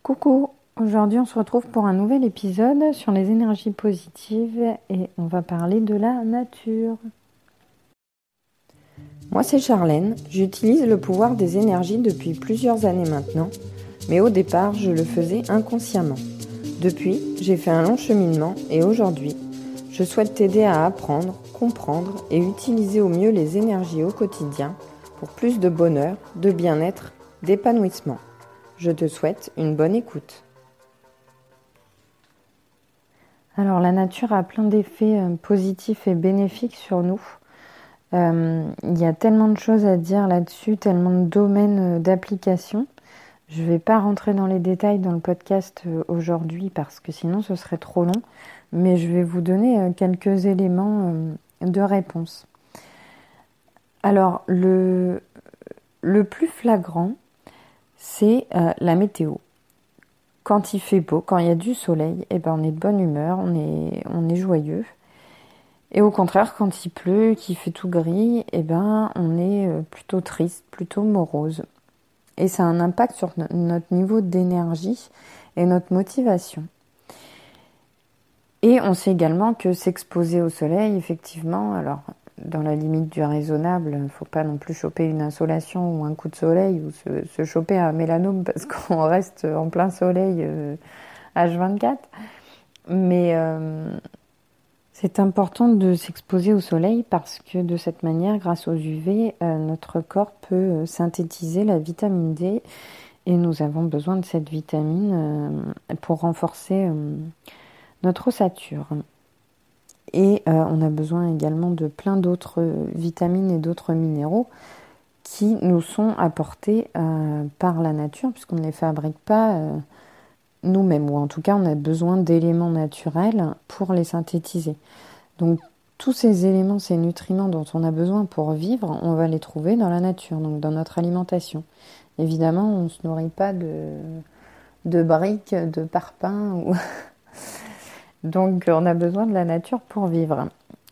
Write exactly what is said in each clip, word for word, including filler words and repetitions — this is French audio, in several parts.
Coucou, aujourd'hui on se retrouve pour un nouvel épisode sur les énergies positives et on va parler de la nature. Moi c'est Charlène, j'utilise le pouvoir des énergies depuis plusieurs années maintenant, mais au départ je le faisais inconsciemment. Depuis, j'ai fait un long cheminement et aujourd'hui, je souhaite t'aider à apprendre, comprendre et utiliser au mieux les énergies au quotidien pour plus de bonheur, de bien-être, d'épanouissement. Je te souhaite une bonne écoute. Alors la nature a plein d'effets euh, positifs et bénéfiques sur nous. Euh, il y a tellement de choses à dire là-dessus, tellement de domaines euh, d'application. Je ne vais pas rentrer dans les détails dans le podcast euh, aujourd'hui parce que sinon ce serait trop long, mais je vais vous donner euh, quelques éléments euh, de réponse. Alors le, le plus flagrant, c'est euh, la météo. Quand il fait beau, quand il y a du soleil, eh ben on est de bonne humeur, on est, on est joyeux. Et au contraire, quand il pleut, qu'il fait tout gris, eh ben on est plutôt triste, plutôt morose. Et ça a un impact sur no- notre niveau d'énergie et notre motivation. Et on sait également que s'exposer au soleil, effectivement, alors dans la limite du raisonnable, il ne faut pas non plus choper une insolation ou un coup de soleil ou se, se choper un mélanome parce qu'on reste en plein soleil euh, H vingt-quatre. Mais euh, c'est important de s'exposer au soleil parce que de cette manière, grâce aux U V, euh, notre corps peut euh, synthétiser la vitamine D et nous avons besoin de cette vitamine euh, pour renforcer euh, notre ossature. Et euh, on a besoin également de plein d'autres vitamines et d'autres minéraux qui nous sont apportés euh, par la nature, puisqu'on ne les fabrique pas euh, nous-mêmes, ou en tout cas on a besoin d'éléments naturels pour les synthétiser. Donc tous ces éléments, ces nutriments dont on a besoin pour vivre, on va les trouver dans la nature, donc dans notre alimentation. Évidemment, on ne se nourrit pas de, de briques, de parpaings ou... Donc on a besoin de la nature pour vivre.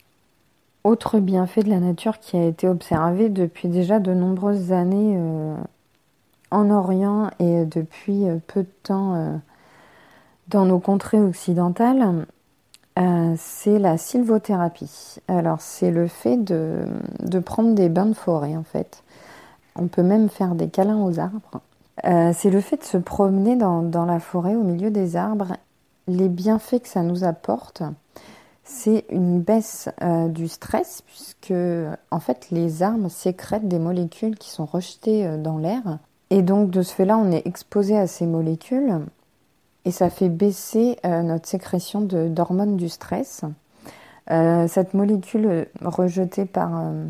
Autre bienfait de la nature qui a été observé depuis déjà de nombreuses années euh, en Orient et depuis euh, peu de temps euh, dans nos contrées occidentales, euh, c'est la sylvothérapie. Alors c'est le fait de, de prendre des bains de forêt en fait. On peut même faire des câlins aux arbres. Euh, c'est le fait de se promener dans, dans la forêt au milieu des arbres. Les bienfaits que ça nous apporte, c'est une baisse euh, du stress puisque en fait les arbres sécrètent des molécules qui sont rejetées euh, dans l'air et donc de ce fait-là on est exposé à ces molécules et ça fait baisser euh, notre sécrétion de, d'hormones du stress. Euh, cette molécule rejetée par, euh,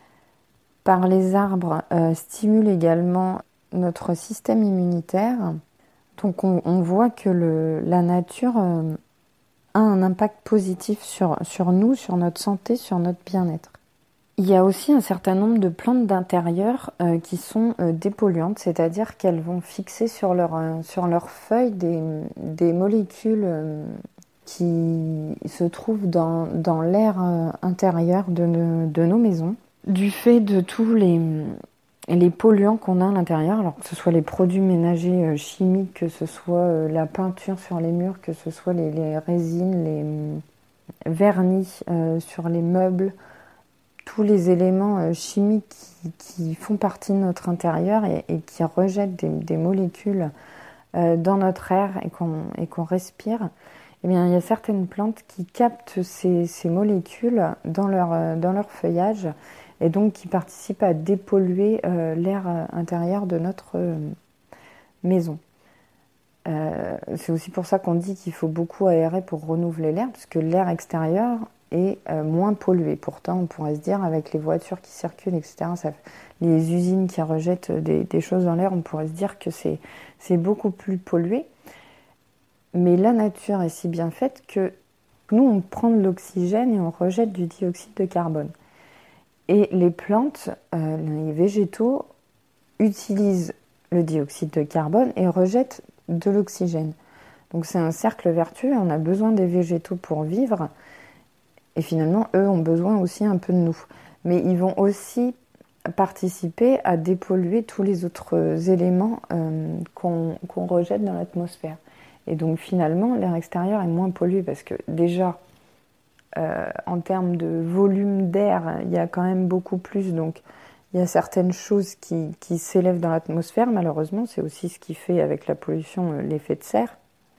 par les arbres euh, stimule également notre système immunitaire. Donc on, on voit que le, la nature euh, a un impact positif sur, sur nous, sur notre santé, sur notre bien-être. Il y a aussi un certain nombre de plantes d'intérieur euh, qui sont euh, dépolluantes, c'est-à-dire qu'elles vont fixer sur, leur, euh, sur leurs feuilles des, des molécules euh, qui se trouvent dans, dans l'air euh, intérieur de, nos- de nos maisons. Du fait de tous les, les polluants qu'on a à l'intérieur, alors que ce soit les produits ménagers euh, chimiques, que ce soit euh, la peinture sur les murs, que ce soit les, les résines, les euh, vernis euh, sur les meubles, tous les éléments euh, chimiques qui, qui font partie de notre intérieur et, et qui rejettent des, des molécules euh, dans notre air et qu'on, et qu'on respire, eh bien, il y a certaines plantes qui captent ces, ces molécules dans leur, euh, dans leur feuillage et donc qui participent à dépolluer euh, l'air euh, intérieur de notre euh, maison. Euh, c'est aussi pour ça qu'on dit qu'il faut beaucoup aérer pour renouveler l'air, puisque l'air extérieur est euh, moins pollué. Pourtant, on pourrait se dire, avec les voitures qui circulent, et cetera, ça, les usines qui rejettent des, des choses dans l'air, on pourrait se dire que c'est, c'est beaucoup plus pollué. Mais la nature est si bien faite que nous, on prend de l'oxygène et on rejette du dioxyde de carbone. Et les plantes, euh, les végétaux, utilisent le dioxyde de carbone et rejettent de l'oxygène. Donc c'est un cercle vertueux, on a besoin des végétaux pour vivre, et finalement, eux ont besoin aussi un peu de nous. Mais ils vont aussi participer à dépolluer tous les autres éléments euh, qu'on, qu'on rejette dans l'atmosphère. Et donc finalement, l'air extérieur est moins pollué parce que déjà, euh, en termes de volume d'air, il y a quand même beaucoup plus. Donc il y a certaines choses qui, qui s'élèvent dans l'atmosphère. Malheureusement, c'est aussi ce qui fait avec la pollution euh, l'effet de serre.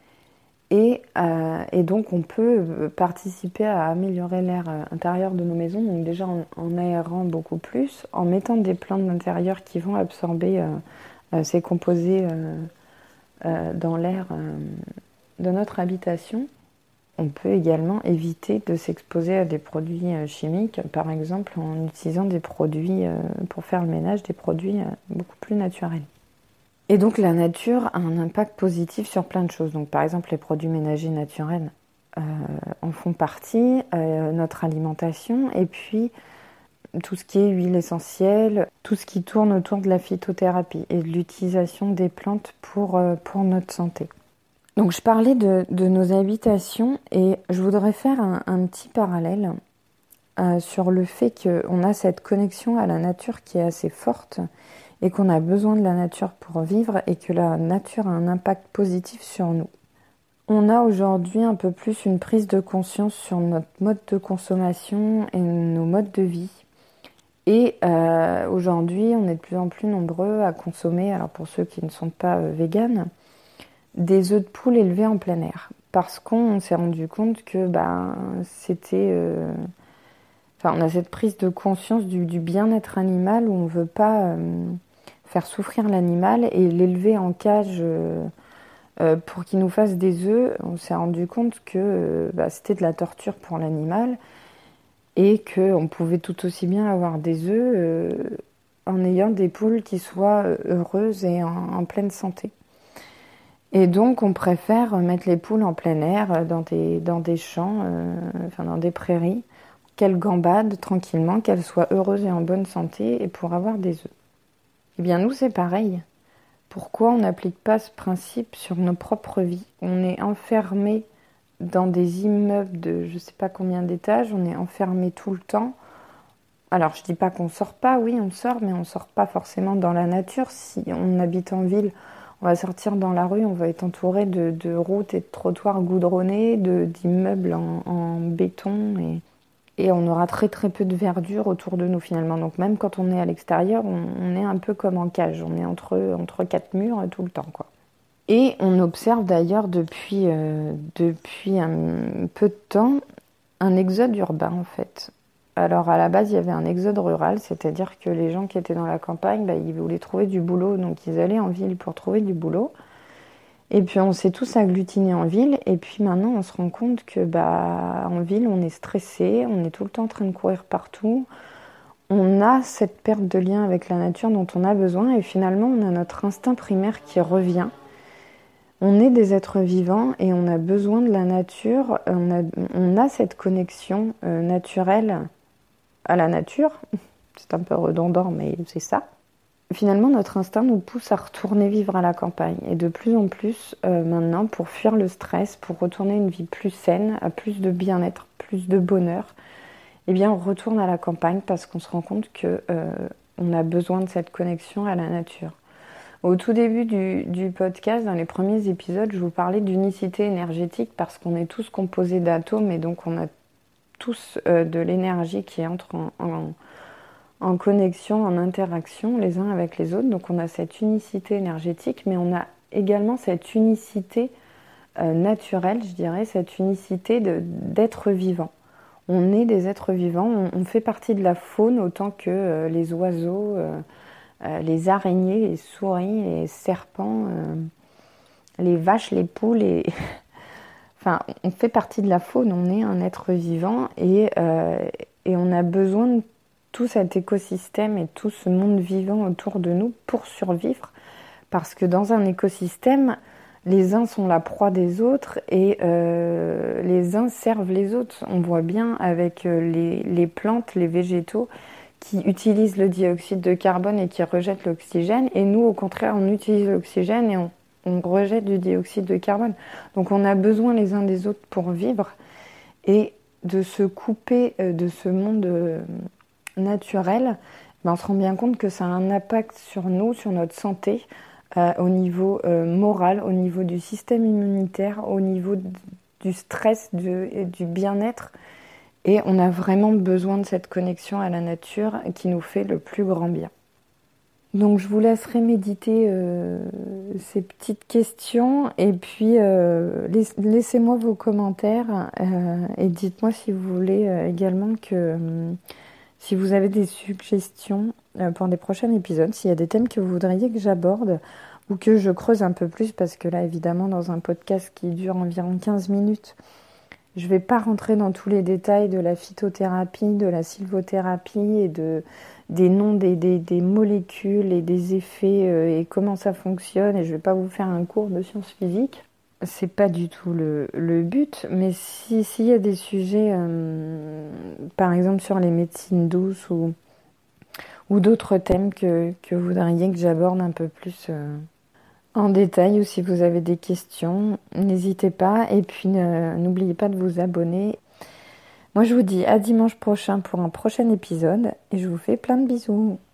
Et, euh, et donc on peut participer à améliorer l'air intérieur de nos maisons, donc déjà en, en aérant beaucoup plus, en mettant des plantes d'intérieur qui vont absorber euh, euh, ces composés euh, euh, dans l'air euh, de notre habitation. On peut également éviter de s'exposer à des produits euh, chimiques, par exemple en utilisant des produits euh, pour faire le ménage, des produits euh, beaucoup plus naturels. Et donc la nature a un impact positif sur plein de choses. Donc par exemple les produits ménagers naturels euh, en font partie, euh, notre alimentation et puis tout ce qui est huile essentielle, tout ce qui tourne autour de la phytothérapie et de l'utilisation des plantes pour, euh, pour notre santé. Donc je parlais de, de nos habitations et je voudrais faire un, un petit parallèle euh, sur le fait qu'on a cette connexion à la nature qui est assez forte et qu'on a besoin de la nature pour vivre et que la nature a un impact positif sur nous. On a aujourd'hui un peu plus une prise de conscience sur notre mode de consommation et nos modes de vie. Et euh, aujourd'hui, on est de plus en plus nombreux à consommer, alors pour ceux qui ne sont pas euh, véganes, des œufs de poule élevés en plein air. Parce qu'on s'est rendu compte que bah, c'était... Euh... Enfin, on a cette prise de conscience du, du bien-être animal où on ne veut pas... Euh... faire souffrir l'animal et l'élever en cage euh, euh, pour qu'il nous fasse des œufs. On s'est rendu compte que euh, bah, c'était de la torture pour l'animal et qu'on pouvait tout aussi bien avoir des œufs euh, en ayant des poules qui soient heureuses et en, en pleine santé. Et donc on préfère mettre les poules en plein air dans des, dans des champs, euh, enfin dans des prairies, qu'elles gambadent tranquillement, qu'elles soient heureuses et en bonne santé et pour avoir des œufs. Eh bien, nous, c'est pareil. Pourquoi on n'applique pas ce principe sur nos propres vies ? On est enfermé dans des immeubles de je ne sais pas combien d'étages, on est enfermé tout le temps. Alors, je ne dis pas qu'on ne sort pas, oui, on sort, mais on ne sort pas forcément dans la nature. Si on habite en ville, on va sortir dans la rue, on va être entouré de, de routes et de trottoirs goudronnés, de, d'immeubles en, en béton et... Et on aura très très peu de verdure autour de nous finalement. Donc même quand on est à l'extérieur, on, on est un peu comme en cage. On est entre, entre quatre murs tout le temps, quoi. Et on observe d'ailleurs depuis, euh, depuis un peu de temps un exode urbain en fait. Alors à la base, il y avait un exode rural, c'est-à-dire que les gens qui étaient dans la campagne, bah, ils voulaient trouver du boulot, donc ils allaient en ville pour trouver du boulot. Et puis on s'est tous agglutinés en ville et puis maintenant on se rend compte que bah en ville on est stressé, on est tout le temps en train de courir partout. On a cette perte de lien avec la nature dont on a besoin et finalement on a notre instinct primaire qui revient. On est des êtres vivants et on a besoin de la nature, on a, on a cette connexion euh, naturelle à la nature. C'est un peu redondant mais c'est ça. Finalement, notre instinct nous pousse à retourner vivre à la campagne. Et de plus en plus, euh, maintenant, pour fuir le stress, pour retourner une vie plus saine, à plus de bien-être, plus de bonheur, eh bien, on retourne à la campagne parce qu'on se rend compte qu'on euh, a besoin de cette connexion à la nature. Au tout début du, du podcast, dans les premiers épisodes, je vous parlais d'unicité énergétique parce qu'on est tous composés d'atomes et donc on a tous euh, de l'énergie qui entre en... en en connexion, en interaction les uns avec les autres. Donc on a cette unicité énergétique, mais on a également cette unicité euh, naturelle, je dirais, cette unicité de, d'être vivant. On est des êtres vivants, on, on fait partie de la faune autant que euh, les oiseaux, euh, euh, les araignées, les souris, les serpents, euh, les vaches, les poules. Et enfin, on fait partie de la faune, on est un être vivant et, euh, et on a besoin de tout cet écosystème et tout ce monde vivant autour de nous pour survivre. Parce que dans un écosystème, les uns sont la proie des autres et euh, les uns servent les autres. On voit bien avec les, les plantes, les végétaux qui utilisent le dioxyde de carbone et qui rejettent l'oxygène. Et nous, au contraire, on utilise l'oxygène et on, on rejette du dioxyde de carbone. Donc on a besoin les uns des autres pour vivre. Et de se couper de ce monde naturel, ben, on se rend bien compte que ça a un impact sur nous, sur notre santé, euh, au niveau euh, moral, au niveau du système immunitaire, au niveau d- du stress, de- et du bien-être. Et on a vraiment besoin de cette connexion à la nature qui nous fait le plus grand bien. Donc je vous laisserai méditer euh, ces petites questions et puis euh, laiss- laissez-moi vos commentaires euh, et dites-moi si vous voulez euh, également que euh, si vous avez des suggestions euh, pour des prochains épisodes, s'il y a des thèmes que vous voudriez que j'aborde ou que je creuse un peu plus parce que là évidemment dans un podcast qui dure environ quinze minutes, je ne vais pas rentrer dans tous les détails de la phytothérapie, de la sylvothérapie et de, des noms des, des, des molécules et des effets euh, et comment ça fonctionne. Et je ne vais pas vous faire un cours de sciences physiques. C'est pas du tout le, le but. Mais si, s'il y a des sujets, euh, par exemple sur les médecines douces ou, ou d'autres thèmes que, que vous voudriez que j'aborde un peu plus... euh, en détail ou si vous avez des questions, n'hésitez pas. Et puis ne- n'oubliez pas de vous abonner. Moi je vous dis à dimanche prochain pour un prochain épisode et je vous fais plein de bisous.